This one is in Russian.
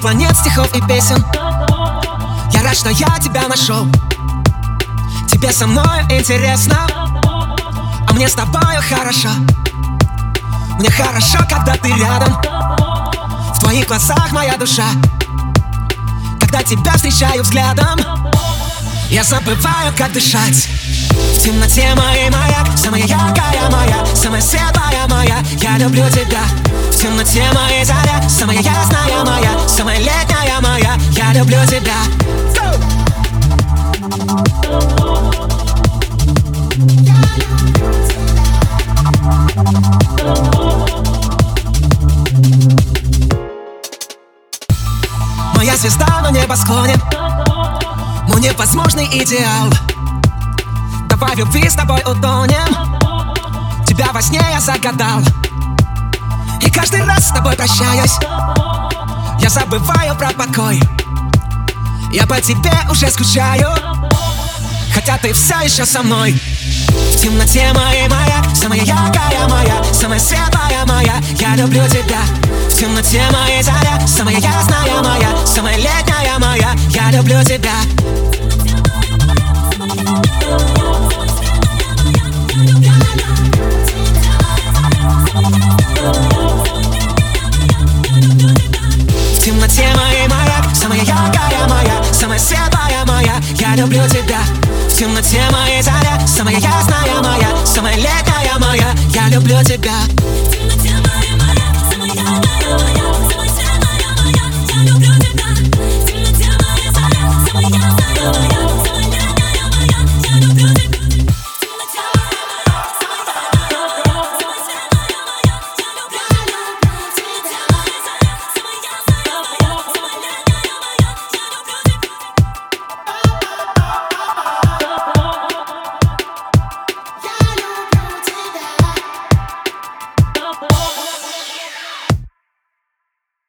планет, стихов и песен. Я рад, что я тебя нашел. Тебе со мной интересно, а мне с тобою хорошо. Мне хорошо, когда ты рядом. В твоих глазах моя душа. Когда тебя встречаю взглядом, я забываю, как дышать. В темноте моей маяк, самая яркая моя, самая светлая моя, я люблю тебя. В темноте моей заря, самая ясная моя, самая летняя моя, я люблю тебя. Моя звезда на небосклоне, мой невозможный идеал. Давай в любви с тобой утонем. Тебя во сне я загадал. И каждый раз с тобой прощаюсь, я забываю про покой. Я по тебе уже скучаю, хотя ты все еще со мной. В темноте моей маяк, самая яркая моя, самая светлая моя, я люблю тебя. В темноте моей заря, самая ясная моя, самая летняя моя, я люблю тебя. В темноте моей маяк, самая яркая моя, самая светлая моя, я люблю тебя. В темноте моей заря, самая ясная моя, самая летняя моя, я люблю тебя.